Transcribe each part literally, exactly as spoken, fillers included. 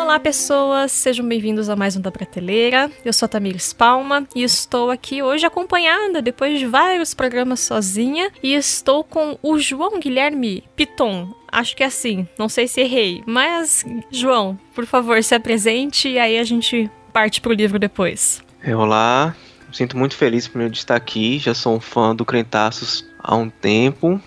Olá pessoas, sejam bem-vindos a mais um da Prateleira. Eu sou a Tamires Palma e estou aqui hoje acompanhada, depois de vários programas sozinha, e estou com o João Guilherme Piton. Acho que é assim, não sei se errei, mas João, por favor, se apresente e aí a gente parte pro livro depois. É, olá, me sinto muito feliz primeiro de estar aqui, já sou um fã do Crentaços há um tempo.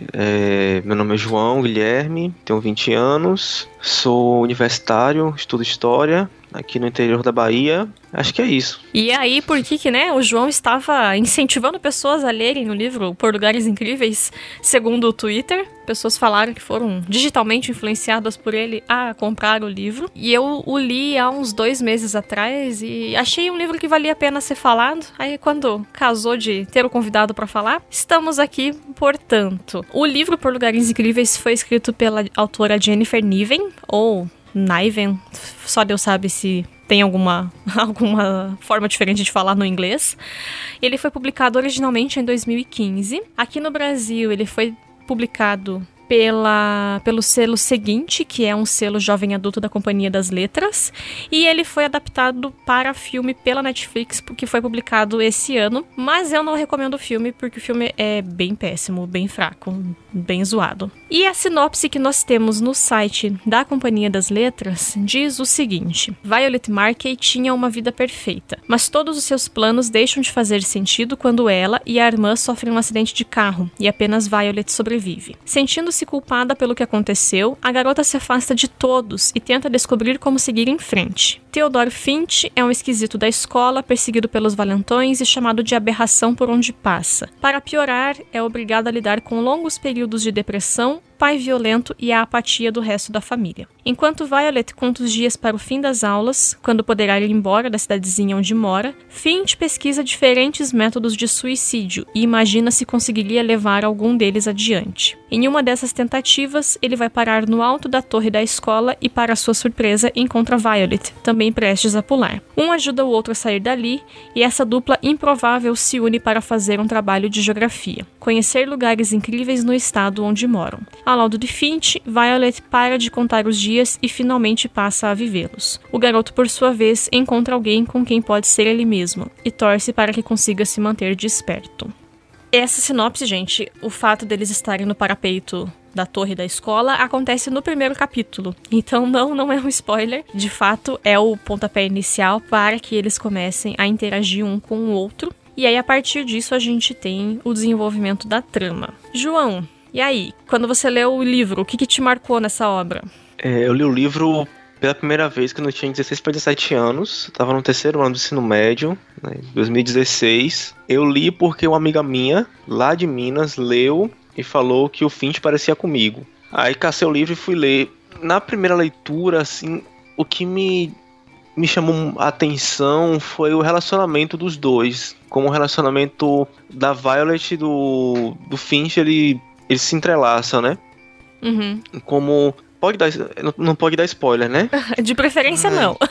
É, meu nome é João Guilherme, tenho vinte anos, sou universitário, estudo História aqui no interior da Bahia. Acho que é isso. E aí, por que que, né, o João estava incentivando pessoas a lerem o livro Por Lugares Incríveis, segundo o Twitter. Pessoas falaram que foram digitalmente influenciadas por ele a comprar o livro. E eu o li há uns dois meses atrás e achei um livro que valia a pena ser falado. Aí, quando casou de ter o convidado para falar, estamos aqui, portanto. O livro Por Lugares Incríveis foi escrito pela autora Jennifer Niven, ou Niven, só Deus sabe se tem alguma, alguma forma diferente de falar no inglês. Ele foi publicado originalmente em dois mil e quinze. Aqui no Brasil ele foi publicado pela, pelo selo Seguinte, que é um selo jovem adulto da Companhia das Letras, e ele foi adaptado para filme pela Netflix, que foi publicado esse ano, mas eu não recomendo o filme, porque o filme é bem péssimo, bem fraco, bem zoado. E a sinopse que nós temos no site da Companhia das Letras diz o seguinte: Violet Markey tinha uma vida perfeita, mas todos os seus planos deixam de fazer sentido quando ela e a irmã sofrem um acidente de carro, e apenas Violet sobrevive. Sentindo-se culpada pelo que aconteceu, a garota se afasta de todos e tenta descobrir como seguir em frente. Theodore Finch é um esquisito da escola, perseguido pelos valentões e chamado de aberração por onde passa. Para piorar, é obrigado a lidar com longos períodos de depressão, pai violento e a apatia do resto da família. Enquanto Violet conta os dias para o fim das aulas, quando poderá ir embora da cidadezinha onde mora, Finch pesquisa diferentes métodos de suicídio e imagina se conseguiria levar algum deles adiante. Em uma dessas tentativas, ele vai parar no alto da torre da escola e, para sua surpresa, encontra Violet, também prestes a pular. Um ajuda o outro a sair dali e essa dupla improvável se une para fazer um trabalho de geografia, conhecer lugares incríveis no estado onde moram. Ao lado de Finch, Violet para de contar os dias e finalmente passa a vivê-los. O garoto, por sua vez, encontra alguém com quem pode ser ele mesmo e torce para que consiga se manter desperto. Essa sinopse, gente, o fato deles estarem no parapeito da torre da escola acontece no primeiro capítulo. Então não, não é um spoiler. De fato, é o pontapé inicial para que eles comecem a interagir um com o outro. E aí, a partir disso, a gente tem o desenvolvimento da trama. João, e aí, quando você leu o livro, o que, que te marcou nessa obra? É, eu li o livro pela primeira vez quando eu tinha dezesseis para dezessete anos. Estava no terceiro ano do ensino médio, né, em dois mil e dezesseis. Eu li porque uma amiga minha, lá de Minas, leu e falou que o Finch parecia comigo. Aí cacei o livro e fui ler. Na primeira leitura, assim, o que me, me chamou a atenção foi o relacionamento dos dois. Como o relacionamento da Violet e do, do Finch, ele... eles se entrelaçam, né? Uhum. Como... Pode dar, não pode dar spoiler, né? De preferência, Ai. não.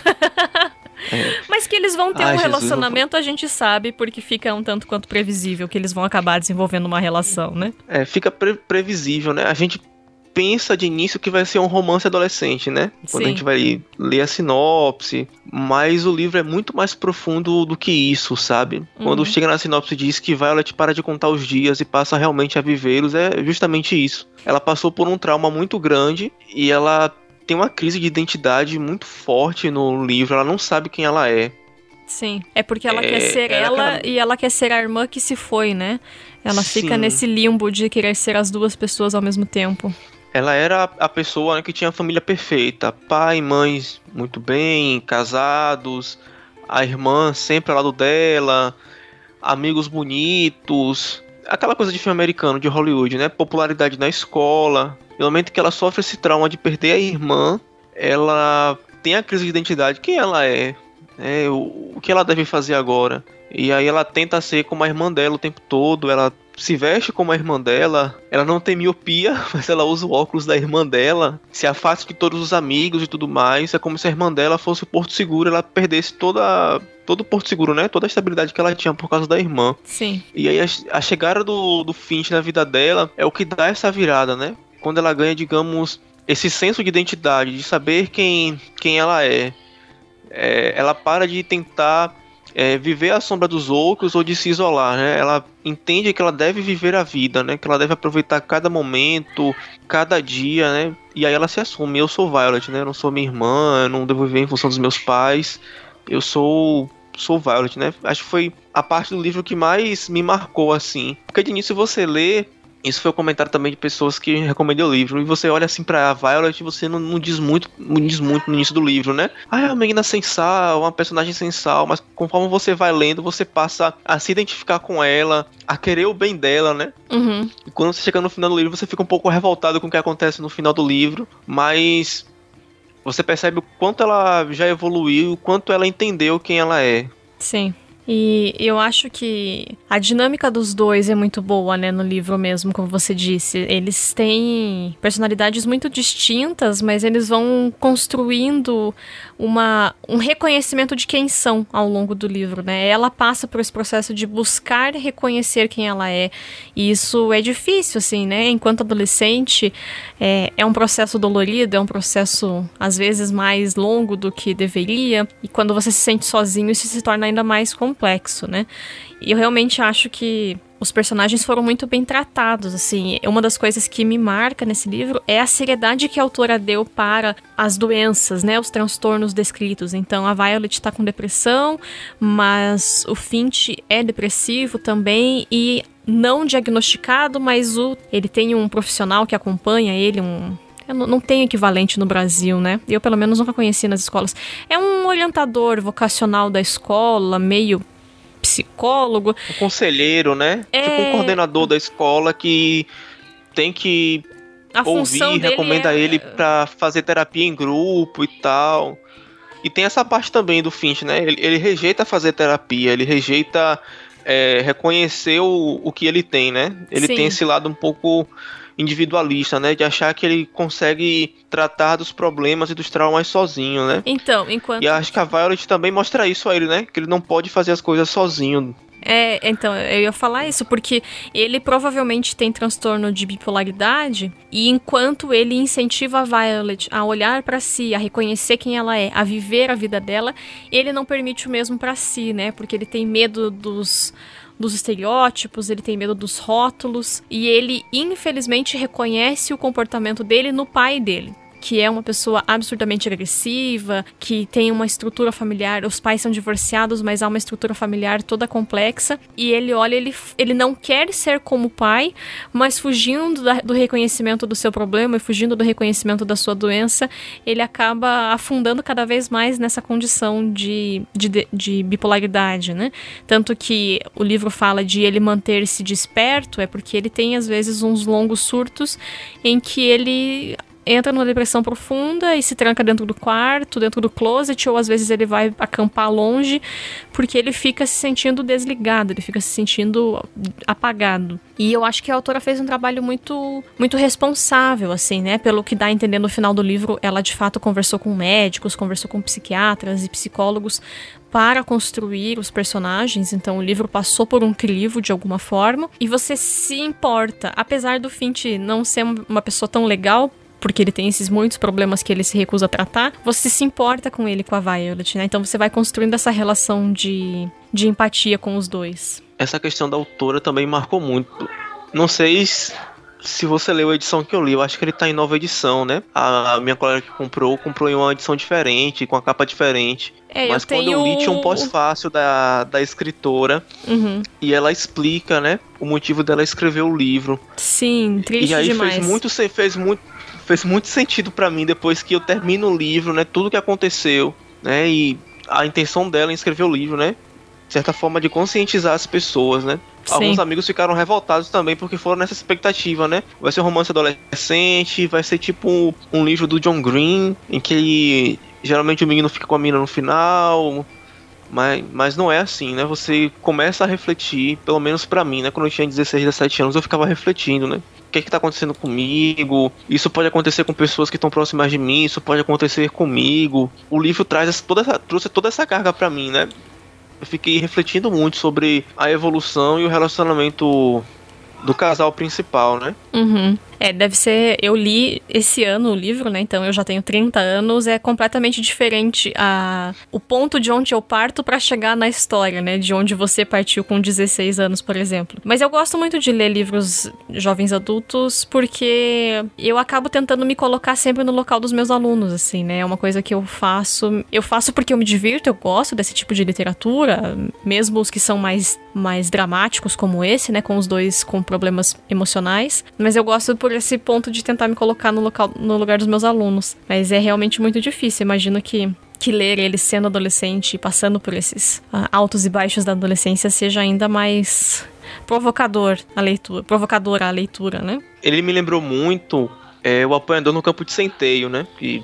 É. Mas que eles vão ter Ai, um Jesus, relacionamento, a gente sabe, porque fica um tanto quanto previsível que eles vão acabar desenvolvendo uma relação, né? É, fica pre- previsível, né? A gente pensa de início que vai ser um romance adolescente, né? Quando Sim. a gente vai ler a sinopse. Mas o livro é muito mais profundo do que isso, sabe? Uhum. Quando chega na sinopse e diz que Violet para de contar os dias e passa realmente a vivê-los, é justamente isso. Ela passou por um trauma muito grande e ela tem uma crise de identidade muito forte no livro. Ela não sabe quem ela é. Sim, é porque ela É, quer ser ela ela acaba- e ela quer ser a irmã que se foi, né? Ela fica Sim. nesse limbo de querer ser as duas pessoas ao mesmo tempo. Ela era a pessoa, né, que tinha a família perfeita. Pai e mães muito bem, casados. A irmã sempre ao lado dela. Amigos bonitos. Aquela coisa de filme americano, de Hollywood, né? Popularidade na escola. No momento que ela sofre esse trauma de perder a irmã, ela tem a crise de identidade. Quem ela é? É, o, o que ela deve fazer agora? E aí ela tenta ser como a irmã dela o tempo todo. Ela se veste como a irmã dela. Ela não tem miopia, mas ela usa o óculos da irmã dela. Se afasta de todos os amigos e tudo mais. É como se a irmã dela fosse o porto seguro. Ela perdesse toda, todo o porto seguro, né? Toda a estabilidade que ela tinha por causa da irmã. Sim. E aí a, a chegada do, do Finch na vida dela é o que dá essa virada, né? Quando ela ganha, digamos, esse senso de identidade, de saber quem, quem ela é. é ela para de tentar é, viver à sombra dos outros ou de se isolar, né? Ela entende que ela deve viver a vida, né? Que ela deve aproveitar cada momento, cada dia, né? E aí ela se assume, eu sou Violet, né? Eu não sou minha irmã, eu não devo viver em função dos meus pais, eu sou... sou Violet, né? Acho que foi a parte do livro que mais me marcou, assim. Porque de início você lê, isso foi um comentário também de pessoas que recomendam o livro, e você olha assim pra Violet e você não, não diz muito, não diz muito no início do livro, né? Ah, é uma menina sem sal, uma personagem sem sal, mas conforme você vai lendo, você passa a se identificar com ela, a querer o bem dela, né? Uhum. E quando você chega no final do livro, você fica um pouco revoltado com o que acontece no final do livro, mas... você percebe o quanto ela já evoluiu, o quanto ela entendeu quem ela é. Sim. E eu acho que a dinâmica dos dois é muito boa, né, no livro mesmo, como você disse. Eles têm personalidades muito distintas, mas eles vão construindo uma, um reconhecimento de quem são ao longo do livro, né? Ela passa por esse processo de buscar reconhecer quem ela é. E isso é difícil, assim, né? Enquanto adolescente, é, é um processo dolorido, é um processo, às vezes, mais longo do que deveria. E quando você se sente sozinho, isso se torna ainda mais complexo. complexo, né? E eu realmente acho que os personagens foram muito bem tratados, assim. Uma das coisas que me marca nesse livro é a seriedade que a autora deu para as doenças, né? Os transtornos descritos. Então, a Violet tá com depressão, mas o Finch é depressivo também e não diagnosticado, mas o, ele tem um profissional que acompanha ele, um... eu não tenho equivalente no Brasil, né? Eu, pelo menos, nunca conheci nas escolas. É um orientador vocacional da escola, meio psicólogo. Um conselheiro, né? É... tipo um coordenador da escola que tem que a ouvir, recomenda é... ele pra fazer terapia em grupo e tal. E tem essa parte também do Finch, né? Ele, ele rejeita fazer terapia, ele rejeita é, reconhecer o, o que ele tem, né? Ele Sim. tem esse lado um pouco... individualista, né? De achar que ele consegue tratar dos problemas e dos traumas sozinho, né? Então, enquanto... E acho que a Violet também mostra isso a ele, né? Que ele não pode fazer as coisas sozinho. É, então, eu ia falar isso, porque ele provavelmente tem transtorno de bipolaridade, e enquanto ele incentiva a Violet a olhar pra si, a reconhecer quem ela é, a viver a vida dela, ele não permite o mesmo pra si, né? Porque ele tem medo dos... dos estereótipos, ele tem medo dos rótulos, e ele, infelizmente, reconhece o comportamento dele no pai dele, que é uma pessoa absurdamente agressiva, que tem uma estrutura familiar, os pais são divorciados, mas há uma estrutura familiar toda complexa, e ele olha, ele, ele não quer ser como o pai, mas fugindo da, do reconhecimento do seu problema e fugindo do reconhecimento da sua doença, ele acaba afundando cada vez mais nessa condição de, de, de bipolaridade, né? Tanto que o livro fala de ele manter-se desperto, é porque ele tem, às vezes, uns longos surtos em que ele... entra numa depressão profunda e se tranca dentro do quarto, dentro do closet, ou às vezes ele vai acampar longe, porque ele fica se sentindo desligado, ele fica se sentindo apagado. E eu acho que a autora fez um trabalho muito, muito responsável, assim, né? Pelo que dá a entender no final do livro, ela de fato conversou com médicos, conversou com psiquiatras e psicólogos para construir os personagens, então o livro passou por um crivo de alguma forma, e você se importa, apesar do Finch não ser uma pessoa tão legal, porque ele tem esses muitos problemas que ele se recusa a tratar, você se importa com ele, com a Violet, né? Então você vai construindo essa relação de, de empatia com os dois. Essa questão da autora também marcou muito. Não sei se você leu a edição que eu li, eu acho que ele tá em nova edição, né? A minha colega que comprou, comprou em uma edição diferente, com a capa diferente. É, Mas eu quando tenho... eu li, tinha um pós-fácil da, da escritora, uhum. E ela explica, né, o motivo dela escrever o livro. Sim, triste e aí demais. fez muito, fez muito fez muito sentido pra mim depois que eu termino o livro, né? Tudo que aconteceu, né? E a intenção dela em escrever o livro, né? De certa forma de conscientizar as pessoas, né? Sim. Alguns amigos ficaram revoltados também porque foram nessa expectativa, né? Vai ser um romance adolescente, vai ser tipo um, um livro do John Green, em que ele, geralmente o menino fica com a mina no final, mas, mas não é assim, né? Você começa a refletir, pelo menos pra mim, né? Quando eu tinha dezesseis, dezessete anos, eu ficava refletindo, né? O que é que tá acontecendo comigo? Isso pode acontecer com pessoas que estão próximas de mim, isso pode acontecer comigo. O livro traz toda essa, trouxe toda essa carga pra mim, né? Eu fiquei refletindo muito sobre a evolução e o relacionamento do casal principal, né? Uhum. É, deve ser... Eu li esse ano o livro, né? Então eu já tenho trinta anos. É completamente diferente a, o ponto de onde eu parto pra chegar na história, né? De onde você partiu com dezesseis anos, por exemplo. Mas eu gosto muito de ler livros jovens adultos porque eu acabo tentando me colocar sempre no local dos meus alunos, assim, né? É uma coisa que eu faço... Eu faço porque eu me divirto, eu gosto desse tipo de literatura, mesmo os que são mais, mais dramáticos como esse, né? Com os dois com problemas emocionais. Mas eu gosto por esse ponto de tentar me colocar no, local, no lugar dos meus alunos. Mas é realmente muito difícil. Imagino que, que ler ele sendo adolescente e passando por esses uh, altos e baixos da adolescência seja ainda mais provocador a leitura, provocadora a leitura, né? Ele me lembrou muito é, o Apanhador no Campo de Centeio, né? Que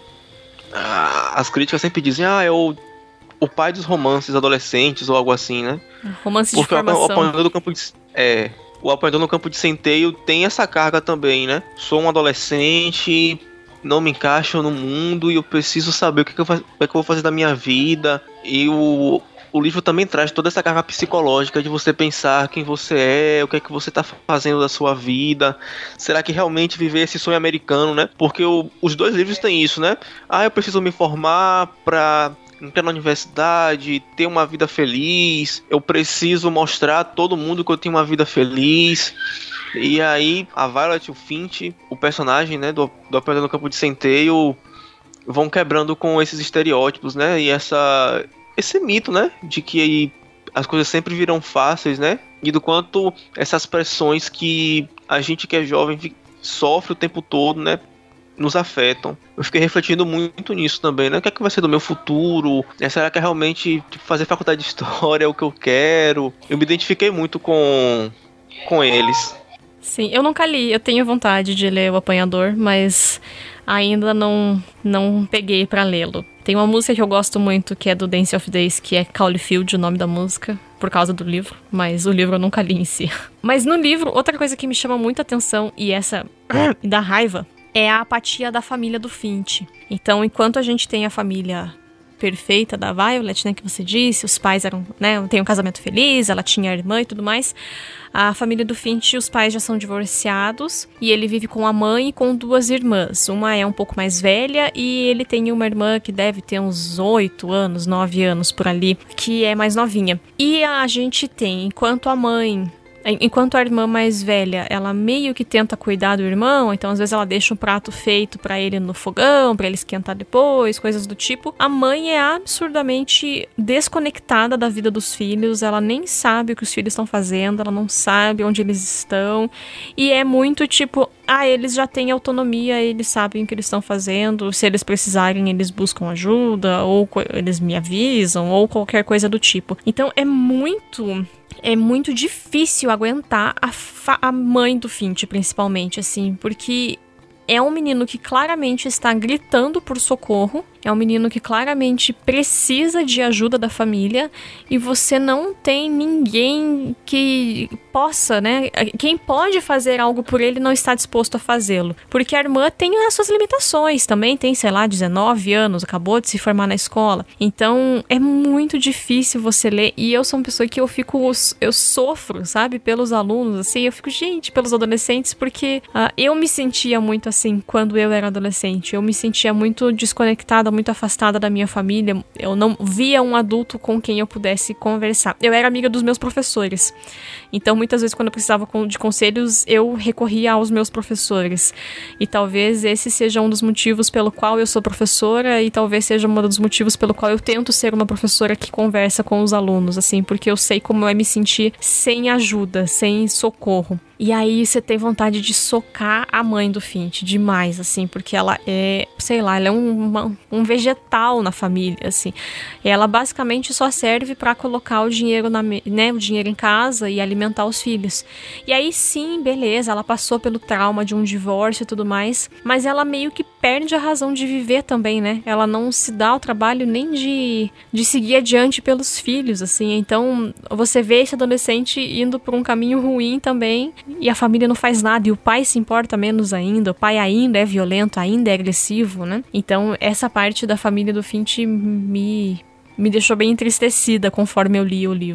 ah, as críticas sempre dizem, ah, é o, o pai dos romances adolescentes ou algo assim, né? Romance de Porque formação. o Apanhador do Campo de... É... O Apanhador no Campo de Centeio tem essa carga também, né? Sou um adolescente, não me encaixo no mundo e eu preciso saber o que, que, eu, faz, o que, é que eu vou fazer da minha vida. E o, o livro também traz toda essa carga psicológica de você pensar quem você é, o que é que você está fazendo da sua vida. Será que realmente viver esse sonho americano, né? Porque o, os dois livros têm isso, né? Ah, eu preciso me formar pra... entrar na universidade, ter uma vida feliz, eu preciso mostrar a todo mundo que eu tenho uma vida feliz. E aí a Violet e o Finch, o personagem, né, do, do Apanhador no Campo de Centeio, vão quebrando com esses estereótipos, né, e essa, esse mito, né, de que as coisas sempre virão fáceis, né, e do quanto essas pressões que a gente que é jovem sofre o tempo todo, né, nos afetam. Eu fiquei refletindo muito nisso também, né? O que é que vai ser do meu futuro? Será que é realmente fazer faculdade de História é o que eu quero? Eu me identifiquei muito com, com eles. Sim, eu nunca li. Eu tenho vontade de ler O Apanhador, mas ainda não, não peguei pra lê-lo. Tem uma música que eu gosto muito, que é do Dance of Days, que é Caulfield, o nome da música, por causa do livro, mas o livro eu nunca li em si. Mas no livro, outra coisa que me chama muita atenção, e essa me dá raiva, é a apatia da família do Finch. Então, enquanto a gente tem a família perfeita da Violet, né, que você disse, os pais eram, né, tem um casamento feliz, ela tinha a irmã e tudo mais, a família do Finch, os pais já são divorciados, e ele vive com a mãe e com duas irmãs. Uma é um pouco mais velha, e ele tem uma irmã que deve ter uns oito anos, nove anos por ali, que é mais novinha. E a gente tem, enquanto a mãe... Enquanto a irmã mais velha, ela meio que tenta cuidar do irmão, então às vezes ela deixa um prato feito pra ele no fogão, pra ele esquentar depois, coisas do tipo. A mãe é absurdamente desconectada da vida dos filhos, ela nem sabe o que os filhos estão fazendo, ela não sabe onde eles estão, e é muito tipo, ah, eles já têm autonomia, eles sabem o que eles estão fazendo, se eles precisarem eles buscam ajuda, ou eles me avisam, ou qualquer coisa do tipo. Então é muito... É muito difícil aguentar a, fa- a mãe do Finch, principalmente, assim, porque é um menino que claramente está gritando por socorro, é um menino que claramente precisa de ajuda da família e você não tem ninguém que possa, né? Quem pode fazer algo por ele não está disposto a fazê-lo. Porque a irmã tem as suas limitações, também tem, sei lá, dezenove anos, acabou de se formar na escola. Então é muito difícil você ler e eu sou uma pessoa que eu fico, eu sofro, sabe? Pelos alunos, assim, eu fico, gente, pelos adolescentes, porque uh, eu me sentia muito assim quando eu era adolescente. Eu me sentia muito desconectada, muito afastada da minha família, eu não via um adulto com quem eu pudesse conversar. Eu era amiga dos meus professores, então muitas vezes quando eu precisava de conselhos, eu recorria aos meus professores, e talvez esse seja um dos motivos pelo qual eu sou professora, e talvez seja um dos motivos pelo qual eu tento ser uma professora que conversa com os alunos, assim, porque eu sei como é me sentir sem ajuda, sem socorro. E aí você tem vontade de socar a mãe do Finch demais, assim, porque ela é, sei lá, ela é um, uma, um vegetal na família, assim. E ela basicamente só serve pra colocar o dinheiro, na, né, o dinheiro em casa e alimentar os filhos. E aí sim, beleza, ela passou pelo trauma de um divórcio e tudo mais, mas ela meio que perde a razão de viver também, né? Ela não se dá o trabalho nem de, de seguir adiante pelos filhos, assim. Então, você vê esse adolescente indo por um caminho ruim também, e a família não faz nada, e o pai se importa menos ainda, o pai ainda é violento, ainda é agressivo, né? Então, essa parte da família do Finch me, me deixou bem entristecida conforme eu li o livro.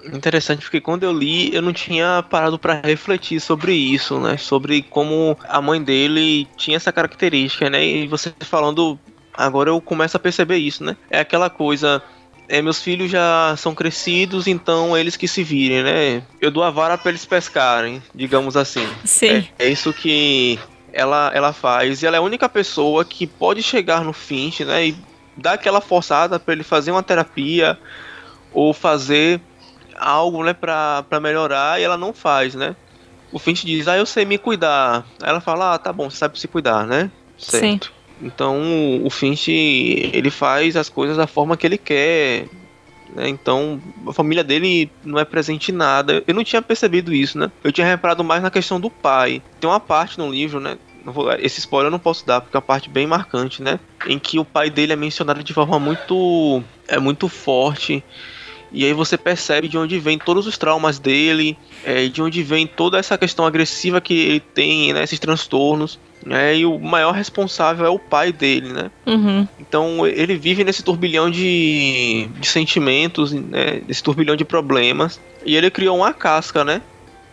Interessante, porque quando eu li, eu não tinha parado pra refletir sobre isso, né? Sobre como a mãe dele tinha essa característica, né? E você falando, agora eu começo a perceber isso, né? É aquela coisa, é, meus filhos já são crescidos, então eles que se virem, né? Eu dou a vara pra eles pescarem, digamos assim. Sim. É, é isso que ela, ela faz. E ela é a única pessoa que pode chegar no Finch, né? E dar aquela forçada pra ele fazer uma terapia ou fazer algo, né, pra, pra melhorar, e ela não faz, né? O Finch diz, ah, eu sei me cuidar. Aí ela fala, ah, tá bom, você sabe se cuidar, né? Sim. Certo. Então o Finch, ele faz as coisas da forma que ele quer, né? Então a família dele não é presente em nada. Eu não tinha percebido isso, né? Eu tinha reparado mais na questão do pai. Tem uma parte no livro, né? Não vou- esse spoiler eu não posso dar, porque é uma parte bem marcante, né? Em que o pai dele é mencionado de forma muito, é muito forte. E aí você percebe de onde vem todos os traumas dele, é, de onde vem toda essa questão agressiva que ele tem, né, esses transtornos, né, e o maior responsável é o pai dele, né? Uhum. Então ele vive nesse turbilhão de, de sentimentos, né, nesse turbilhão de problemas, e ele criou uma casca, né,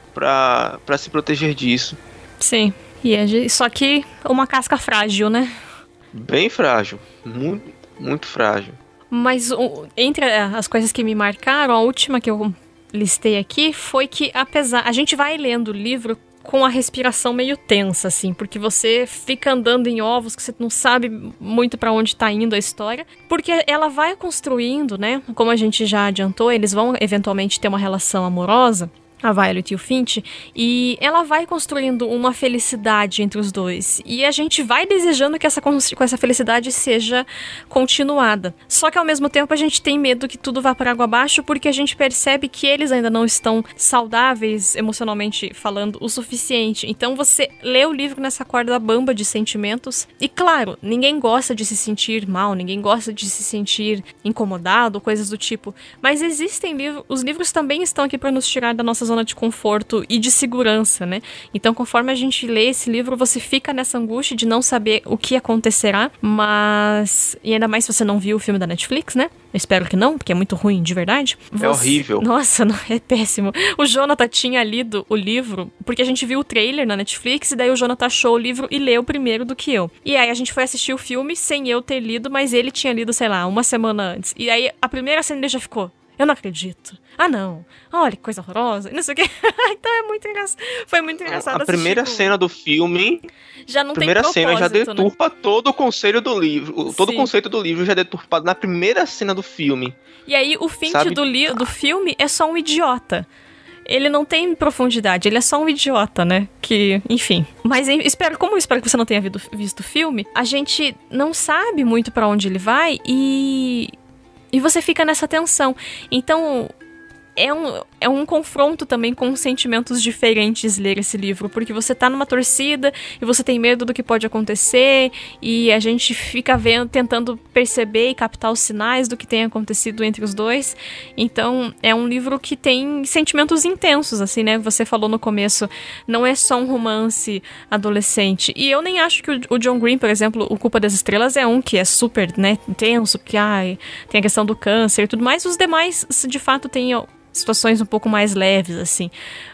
pra, pra se proteger disso. Sim. E é de- só que uma casca frágil, né? Bem frágil, muito, muito frágil. Mas o- entre as coisas que me marcaram, a última que eu listei aqui foi que, apesar. A gente vai lendo o livro com a respiração meio tensa, assim, porque você fica andando em ovos que você não sabe muito pra onde tá indo a história, porque ela vai construindo, né? Como a gente já adiantou, eles vão eventualmente ter uma relação amorosa. A Violet e o Finch, e ela vai construindo uma felicidade entre os dois. E a gente vai desejando que essa, que essa felicidade seja continuada. Só que ao mesmo tempo a gente tem medo que tudo vá para água abaixo, porque a gente percebe que eles ainda não estão saudáveis, emocionalmente falando, o suficiente. Então você lê o livro nessa corda bamba de sentimentos. E claro, ninguém gosta de se sentir mal, ninguém gosta de se sentir incomodado, coisas do tipo. Mas existem livros, os livros também estão aqui para nos tirar da nossa zona de conforto e de segurança, né? Então, conforme a gente lê esse livro, você fica nessa angústia de não saber o que acontecerá, mas... E ainda mais se você não viu o filme da Netflix, né? Eu espero que não, porque é muito ruim, de verdade. Você... É horrível. Nossa, não, é péssimo. O Jonathan tinha lido o livro, porque a gente viu o trailer na Netflix, e daí o Jonathan achou o livro e leu primeiro do que eu. E aí a gente foi assistir o filme sem eu ter lido, mas ele tinha lido, sei lá, uma semana antes. E aí a primeira cena ele já ficou... Eu não acredito. Ah, não. Olha, que coisa horrorosa. Não sei o quê. Então é muito engraçado. Foi muito engraçado A primeira assistir. cena do filme, Já não a primeira tem cena já propósito, né? deturpa todo o conceito do livro. Todo o Sim. conceito do livro já é deturpado na primeira cena do filme. E aí o Finch Sabe? do, li- do filme é só um idiota. Ele não tem profundidade, ele é só um idiota, né? Que, enfim. Mas em- espero, como eu espero que você não tenha visto, visto o filme, a gente não sabe muito pra onde ele vai e. E você fica nessa tensão. Então, é um, é um confronto também com sentimentos diferentes ler esse livro, porque você tá numa torcida e você tem medo do que pode acontecer, e a gente fica vendo, tentando perceber e captar os sinais do que tem acontecido entre os dois. Então, é um livro que tem sentimentos intensos, assim, né? Você falou no começo, não é só um romance adolescente. E eu nem acho que o, o John Green, por exemplo, o Culpa das Estrelas é um que é super, né, intenso, que ai, tem a questão do câncer e tudo mais. Os demais, de fato, têm situações um pouco mais leves, assim.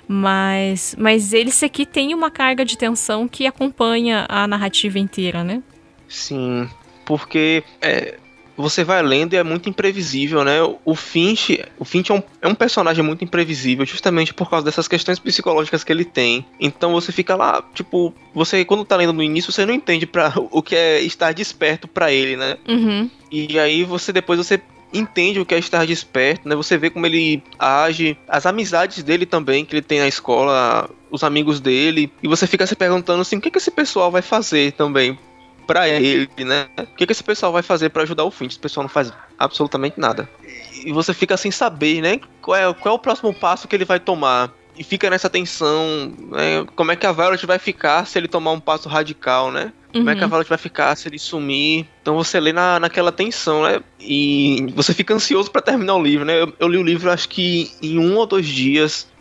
Mas, mas esse aqui tem uma carga de tensão que acompanha a narrativa inteira, né? Sim, porque é, você vai lendo e é muito imprevisível, né? O Finch, o Finch é, um, é um personagem muito imprevisível, justamente por causa dessas questões psicológicas que ele tem. Então você fica lá, tipo, você quando tá lendo no início, você não entende pra, o que é estar desperto pra ele, né? Uhum. E aí você depois você entende o que é estar desperto, né? Você vê como ele age, as amizades dele também, que ele tem na escola, os amigos dele, e você fica se perguntando assim, o que, que esse pessoal vai fazer também pra ele, né? O que, que esse pessoal vai fazer pra ajudar o Finch? Esse pessoal não faz absolutamente nada. E você fica sem saber, né? Qual é, qual é o próximo passo que ele vai tomar? E fica nessa tensão, né? Como é que a Violet vai ficar se ele tomar um passo radical, né? Como é que a Violet vai ficar se ele sumir? Então você lê na, naquela tensão, né? E você fica ansioso pra terminar o livro, né? Eu, eu li o livro acho que em um ou dois dias.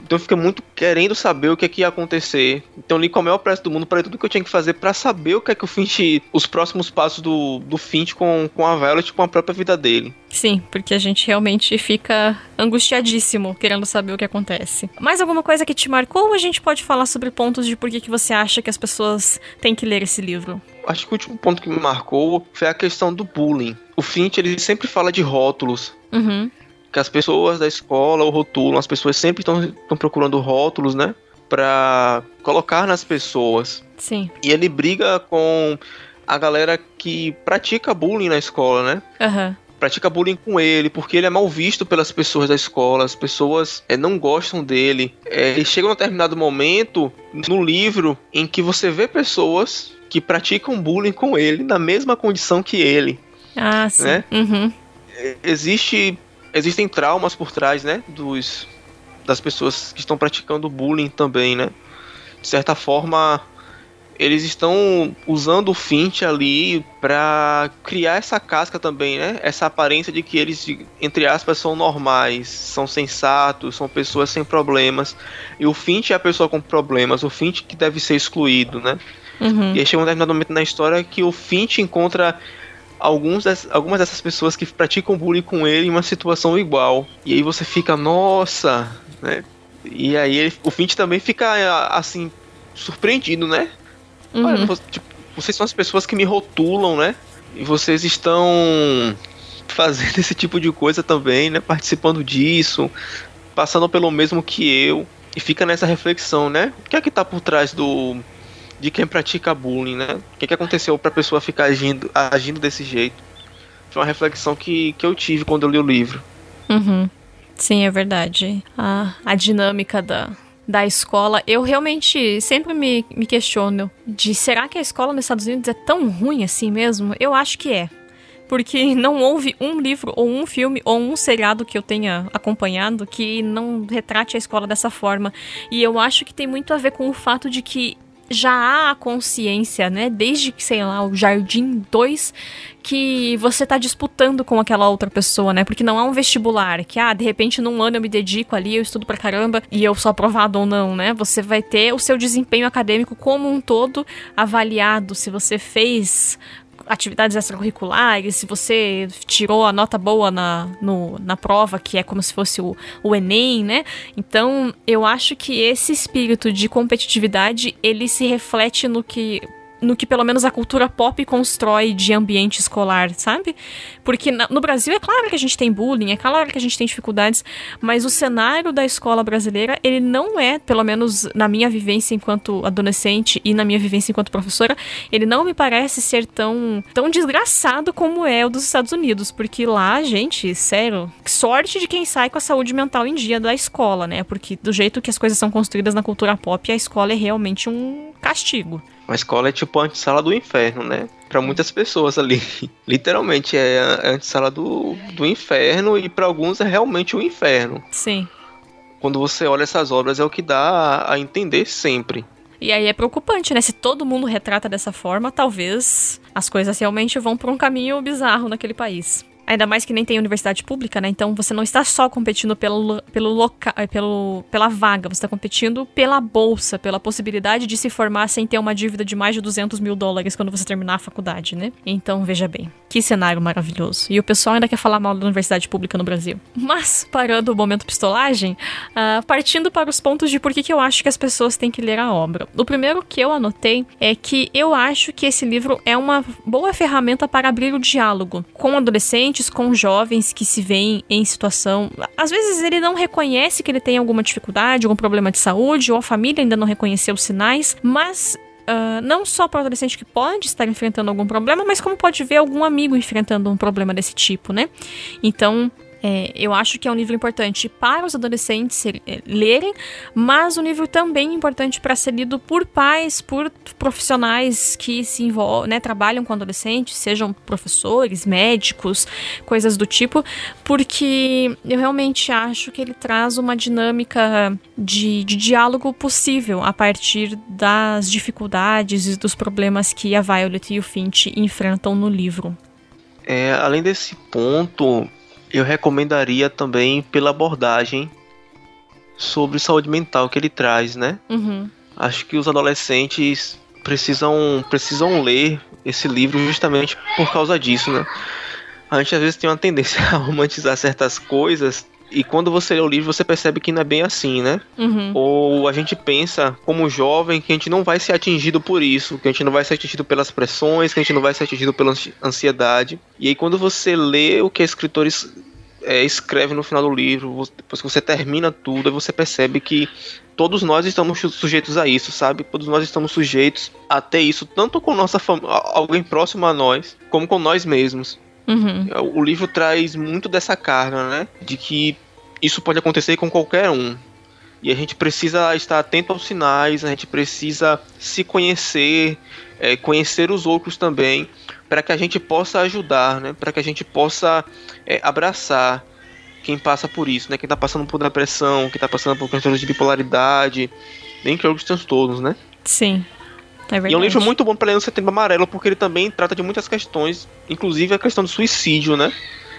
Então eu fiquei muito querendo saber o que é que ia acontecer. Então eu li com a maior pressa do mundo, para tudo que eu tinha que fazer para saber o que é que o Finch, os próximos passos do, do Finch com, com a Violet, com a própria vida dele. Sim, porque a gente realmente fica angustiadíssimo querendo saber o que acontece. Mais alguma coisa que te marcou ou a gente pode falar sobre pontos de por que, que você acha que as pessoas têm que ler esse livro? Acho que o último ponto que me marcou foi a questão do bullying. O Finch, ele sempre fala de rótulos. Uhum. Que as pessoas da escola o rotulam, as pessoas sempre estão procurando rótulos, né? Pra colocar nas pessoas. Sim. E ele briga com a galera que pratica bullying na escola, né? Aham. Pratica bullying com ele, porque ele é mal visto pelas pessoas da escola, as pessoas é, não gostam dele. É, e chega um determinado momento no livro em que você vê pessoas que praticam bullying com ele na mesma condição que ele. Ah, sim. Né? Uhum. É, existe, existem traumas por trás, né, dos, das pessoas que estão praticando bullying também, né? De certa forma, eles estão usando o Finch ali pra criar essa casca também, né? Essa aparência de que eles, entre aspas, são normais, são sensatos, são pessoas sem problemas. E o Finch é a pessoa com problemas, o Finch que deve ser excluído, né? Uhum. E aí chega um determinado momento na história que o Finch encontra alguns des, algumas dessas pessoas que praticam bullying com ele em uma situação igual. E aí você fica, nossa, né? E aí ele, o Finch também fica, assim, surpreendido, né? Uhum. Olha, tipo, vocês são as pessoas que me rotulam, né? E vocês estão fazendo esse tipo de coisa também, né? Participando disso, passando pelo mesmo que eu. E fica nessa reflexão, né? O que é que tá por trás do de quem pratica bullying, né? O que é que aconteceu pra pessoa ficar agindo, agindo desse jeito? Foi uma reflexão que, que eu tive quando eu li o livro. Uhum. Sim, é verdade. A, a dinâmica da... da escola, eu realmente sempre me, me questiono de será que a escola nos Estados Unidos é tão ruim assim mesmo? Eu acho que é. Porque não houve um livro, ou um filme, ou um seriado que eu tenha acompanhado que não retrate a escola dessa forma. E eu acho que tem muito a ver com o fato de que já há a consciência, né, desde que, sei lá, o Jardim dois, que você tá disputando com aquela outra pessoa, né, porque não há um vestibular, que, ah, de repente num ano eu me dedico ali, eu estudo pra caramba, e eu sou aprovado ou não, né, você vai ter o seu desempenho acadêmico como um todo avaliado, se você fez atividades extracurriculares, se você tirou a nota boa na, no, na prova, que é como se fosse o, o Enem, né? Então, eu acho que esse espírito de competitividade, ele se reflete no que... no que pelo menos a cultura pop constrói de ambiente escolar, sabe? Porque na, no Brasil é claro que a gente tem bullying, é claro que a gente tem dificuldades, mas o cenário da escola brasileira, ele não é, pelo menos na minha vivência enquanto adolescente e na minha vivência enquanto professora, ele não me parece ser tão, tão desgraçado como é o dos Estados Unidos, porque lá, gente, sério, sorte de quem sai com a saúde mental em dia da escola, né? Porque do jeito que as coisas são construídas na cultura pop, a escola é realmente um castigo. A escola é tipo a antessala do inferno, né? Pra muitas pessoas ali. Literalmente é a antessala do, do inferno e pra alguns é realmente o inferno. Sim. Quando você olha essas obras é o que dá a entender sempre. E aí é preocupante, né? Se todo mundo retrata dessa forma, talvez as coisas realmente vão por um caminho bizarro naquele país. Ainda mais que nem tem universidade pública, né? Então você não está só competindo pelo, pelo loca, pelo, pela vaga, você está competindo pela bolsa, pela possibilidade de se formar sem ter uma dívida de mais de duzentos mil dólares quando você terminar a faculdade, né? Então, veja bem, que cenário maravilhoso. E o pessoal ainda quer falar mal da universidade pública no Brasil. Mas, parando o momento pistolagem, uh, partindo para os pontos de por que, que eu acho que as pessoas têm que ler a obra. O primeiro que eu anotei é que eu acho que esse livro é uma boa ferramenta para abrir o diálogo com adolescentes, com jovens que se veem em situação... Às vezes ele não reconhece que ele tem alguma dificuldade, algum problema de saúde, ou a família ainda não reconheceu os sinais, mas... Uh, não só para o adolescente que pode estar enfrentando algum problema, mas como pode ver algum amigo enfrentando um problema desse tipo, né? Então... É, eu acho que é um livro importante para os adolescentes ser, é, lerem, mas um livro também importante para ser lido por pais, por profissionais que se envolvem, né, trabalham com adolescentes, sejam professores, médicos, coisas do tipo, porque eu realmente acho que ele traz uma dinâmica de, de diálogo possível a partir das dificuldades e dos problemas que a Violet e o Finch enfrentam no livro. É, além desse ponto... Eu recomendaria também pela abordagem sobre saúde mental que ele traz, né? Uhum. Acho que os adolescentes precisam, precisam ler esse livro justamente por causa disso, né? A gente às vezes tem uma tendência a romantizar certas coisas e quando você lê o livro você percebe que não é bem assim, né? Uhum. Ou a gente pensa como jovem que a gente não vai ser atingido por isso, que a gente não vai ser atingido pelas pressões, que a gente não vai ser atingido pela ansiedade. E aí quando você lê o que a escritora é, escreve no final do livro, depois que você termina tudo, aí você percebe que todos nós estamos sujeitos a isso, sabe? Todos nós estamos sujeitos a ter isso, tanto com nossa fam- alguém próximo a nós, como com nós mesmos. Uhum. O livro traz muito dessa carga, né? De que isso pode acontecer com qualquer um. E a gente precisa estar atento aos sinais, a gente precisa se conhecer, é, conhecer os outros também, para que a gente possa ajudar, né? Para que a gente possa é, abraçar quem passa por isso, né? Quem está passando por depressão, quem está passando por questões de bipolaridade, dentre outros transtornos, né? Sim, é verdade. E é um livro muito bom para ler no Setembro Amarelo, porque ele também trata de muitas questões, inclusive a questão do suicídio, né?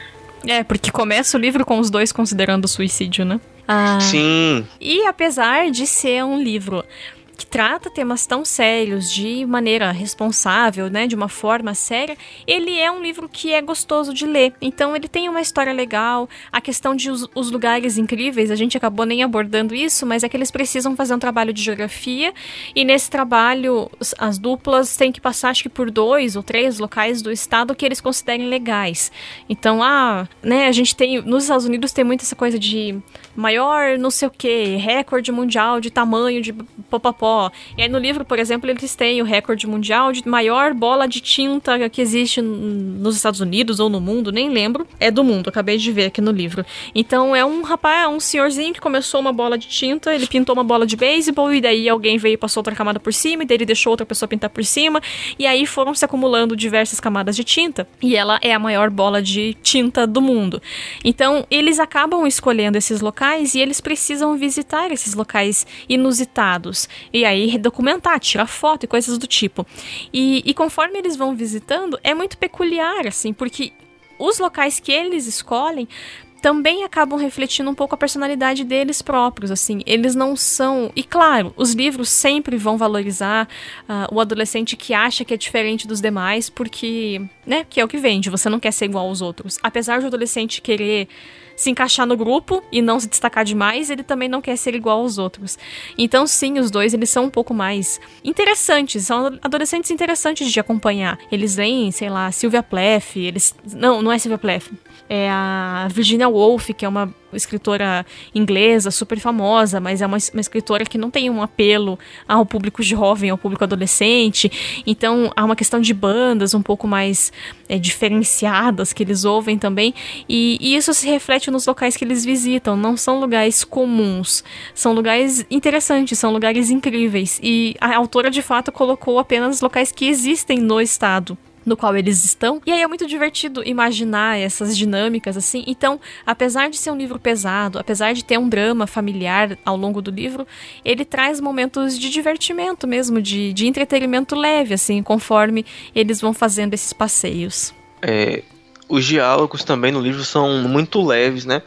É, porque começa o livro com os dois considerando o suicídio, né? Ah, Sim. E apesar de ser um livro que trata temas tão sérios de maneira responsável, né, de uma forma séria, ele é um livro que é gostoso de ler. Então ele tem uma história legal, a questão de os, os lugares incríveis, a gente acabou nem abordando isso, mas é que eles precisam fazer um trabalho de geografia e nesse trabalho as duplas têm que passar acho que por dois ou três locais do estado que eles considerem legais. Então, ah, né, a gente tem, nos Estados Unidos tem muito essa coisa de maior não sei o que, recorde mundial de tamanho de popopó. E aí no livro, por exemplo, eles têm o recorde mundial de maior bola de tinta que existe nos Estados Unidos ou no mundo, nem lembro. É do mundo, acabei de ver aqui no livro. Então é um rapaz, um senhorzinho que começou uma bola de tinta, ele pintou uma bola de beisebol e daí alguém veio e passou outra camada por cima e daí ele deixou outra pessoa pintar por cima e aí foram se acumulando diversas camadas de tinta e ela é a maior bola de tinta do mundo. Então eles acabam escolhendo esses locais e eles precisam visitar esses locais inusitados. E aí documentar, tirar foto e coisas do tipo. E, e conforme eles vão visitando, é muito peculiar, assim, porque os locais que eles escolhem também acabam refletindo um pouco a personalidade deles próprios, assim, eles não são... E claro, os livros sempre vão valorizar uh, o adolescente que acha que é diferente dos demais, porque, né, que é o que vende, você não quer ser igual aos outros. Apesar de o adolescente querer se encaixar no grupo e não se destacar demais, ele também não quer ser igual aos outros. Então, sim, os dois, eles são um pouco mais interessantes, são adolescentes interessantes de acompanhar. Eles leem, sei lá, Sylvia Plath, eles... Não, não é Sylvia Plath. É a Virginia Woolf, que é uma escritora inglesa super famosa, mas é uma, uma escritora que não tem um apelo ao público jovem, ao público adolescente. Então há uma questão de bandas um pouco mais é, diferenciadas que eles ouvem também, e, e isso se reflete nos locais que eles visitam. Não são lugares comuns, são lugares interessantes, são lugares incríveis, e a autora de fato colocou apenas locais que existem no estado no qual eles estão, e aí é muito divertido imaginar essas dinâmicas, assim. Então, apesar de ser um livro pesado, apesar de ter um drama familiar ao longo do livro, ele traz momentos de divertimento mesmo, de, de entretenimento leve, assim, conforme eles vão fazendo esses passeios. É, os diálogos também no livro são muito leves, né?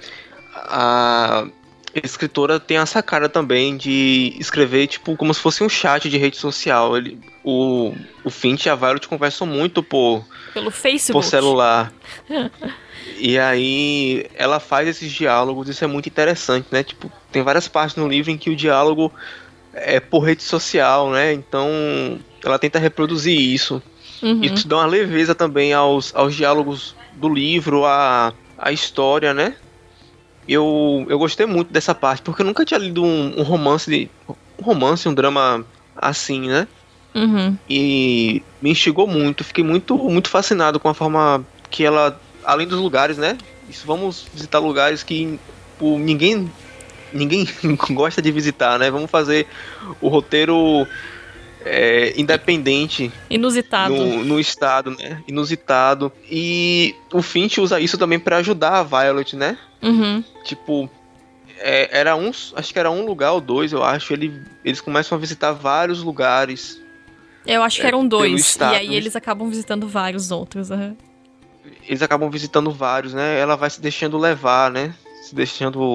A escritora tem essa cara também de escrever, tipo, como se fosse um chat de rede social. Ele, o, o Finch e a Violet conversam muito por, Pelo Facebook. por celular. E aí ela faz esses diálogos, isso é muito interessante, né? Tipo, tem várias partes no livro em que o diálogo é por rede social, né? Então ela tenta reproduzir isso. Uhum. Isso dá uma leveza também aos, aos diálogos do livro, a, a história, né? Eu, eu gostei muito dessa parte, porque eu nunca tinha lido um, um romance, de, um romance, um drama assim, né? Uhum. E me instigou muito, fiquei muito, muito fascinado com a forma que ela, além dos lugares, né? Isso, vamos visitar lugares que pô, ninguém, ninguém gosta de visitar, né? Vamos fazer o roteiro é, independente. Inusitado. No, no estado, né? Inusitado. E o Finch usa isso também pra ajudar a Violet, né? Uhum. Tipo, é, era um, acho que era um lugar ou dois, eu acho. Ele, eles começam a visitar vários lugares. Eu acho que é, eram dois, estado, e aí eles acabam visitando vários outros. Uhum. Eles acabam visitando vários, né? Ela vai se deixando levar, né? Se deixando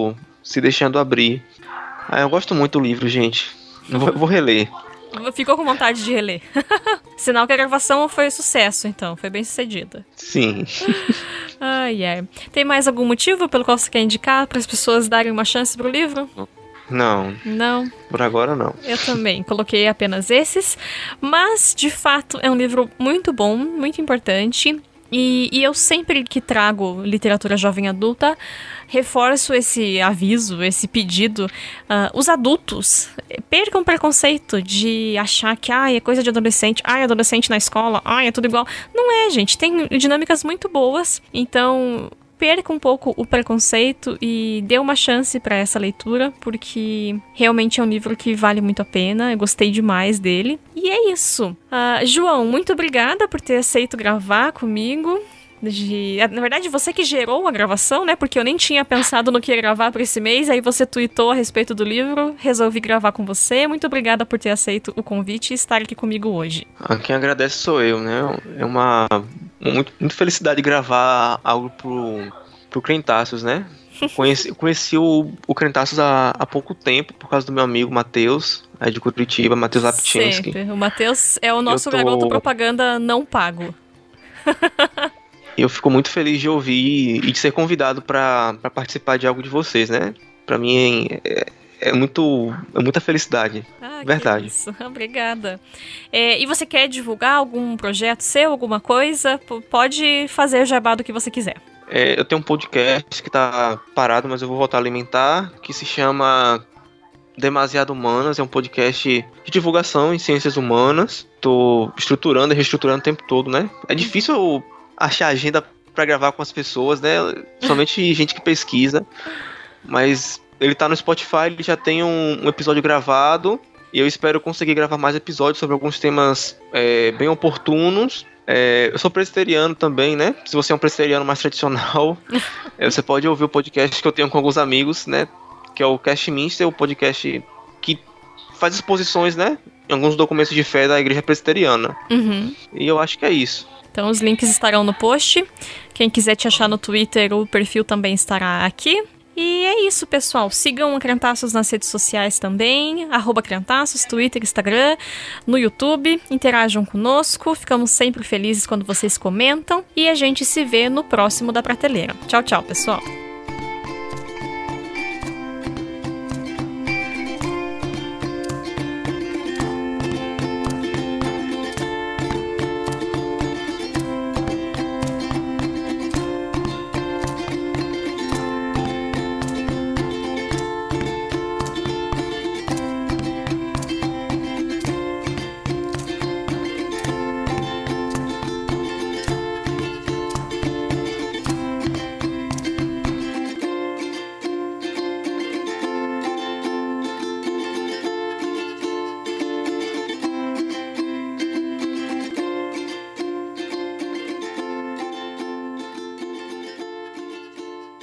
se deixando abrir. Ah, eu gosto muito do livro, gente. Eu vou, vou reler. Ficou com vontade de reler. Sinal que a gravação foi sucesso, então. Foi bem sucedida. Sim. Ai, ai. Tem mais algum motivo pelo qual você quer indicar para as pessoas darem uma chance pro livro? Não. Não? Por agora, não. Eu também. Coloquei apenas esses. Mas, de fato, é um livro muito bom, muito importante. E, e eu sempre que trago literatura jovem adulta, reforço esse aviso, esse pedido. Uh, os adultos percam o preconceito de achar que ah, é coisa de adolescente, ah, é adolescente na escola, ah, é tudo igual. Não é, gente. Tem dinâmicas muito boas. Então, perca um pouco o preconceito e dê uma chance para essa leitura, porque realmente é um livro que vale muito a pena. Eu gostei demais dele. E é isso. Uh, João, muito obrigada por ter aceito gravar comigo. De... Na verdade, você que gerou a gravação, né? Porque eu nem tinha pensado no que ia gravar para esse mês. Aí você tweetou a respeito do livro. Resolvi gravar com você. Muito obrigada por ter aceito o convite e estar aqui comigo hoje. Quem agradece sou eu, né? É uma... Muito, muito felicidade gravar algo pro, pro Crentaços, né? Conheci, conheci o, o Crentaços há, há pouco tempo, por causa do meu amigo Matheus, aí de Curitiba, Matheus Laptinsky. Sempre. O Matheus é o nosso tô... garoto propaganda não pago. Eu fico muito feliz de ouvir e de ser convidado para participar de algo de vocês, né? Pra mim é, é, muito, é muita felicidade. Ah, verdade. Que isso. Obrigada. É, e você quer divulgar algum projeto seu, alguma coisa? P- pode fazer o jabá do que você quiser. É, eu tenho um podcast que tá parado, mas eu vou voltar a alimentar, que se chama Demasiado Humanas. É um podcast de divulgação em ciências humanas. Tô estruturando e reestruturando o tempo todo, né? É difícil achar agenda pra gravar com as pessoas, né? Somente gente que pesquisa. Mas ele tá no Spotify, ele já tem um, um episódio gravado. E eu espero conseguir gravar mais episódios sobre alguns temas é, bem oportunos. É, eu sou presbiteriano também, né? Se você é um presbiteriano mais tradicional, é, você pode ouvir o podcast que eu tenho com alguns amigos, né? Que é o Castminster, o podcast que faz exposições, né? Em alguns documentos de fé da igreja presbiteriana. Uhum. E eu acho que é isso. Então os links estarão no post. Quem quiser te achar no Twitter, o perfil também estará aqui. E é isso, pessoal. Sigam o Crentaços nas redes sociais também, arroba Crentaços, Twitter, Instagram, no YouTube. Interajam conosco. Ficamos sempre felizes quando vocês comentam. E a gente se vê no próximo da Prateleira. Tchau, tchau, pessoal.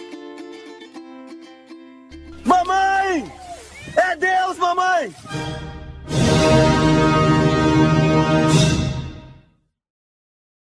Mamãe! É Deus, mamãe!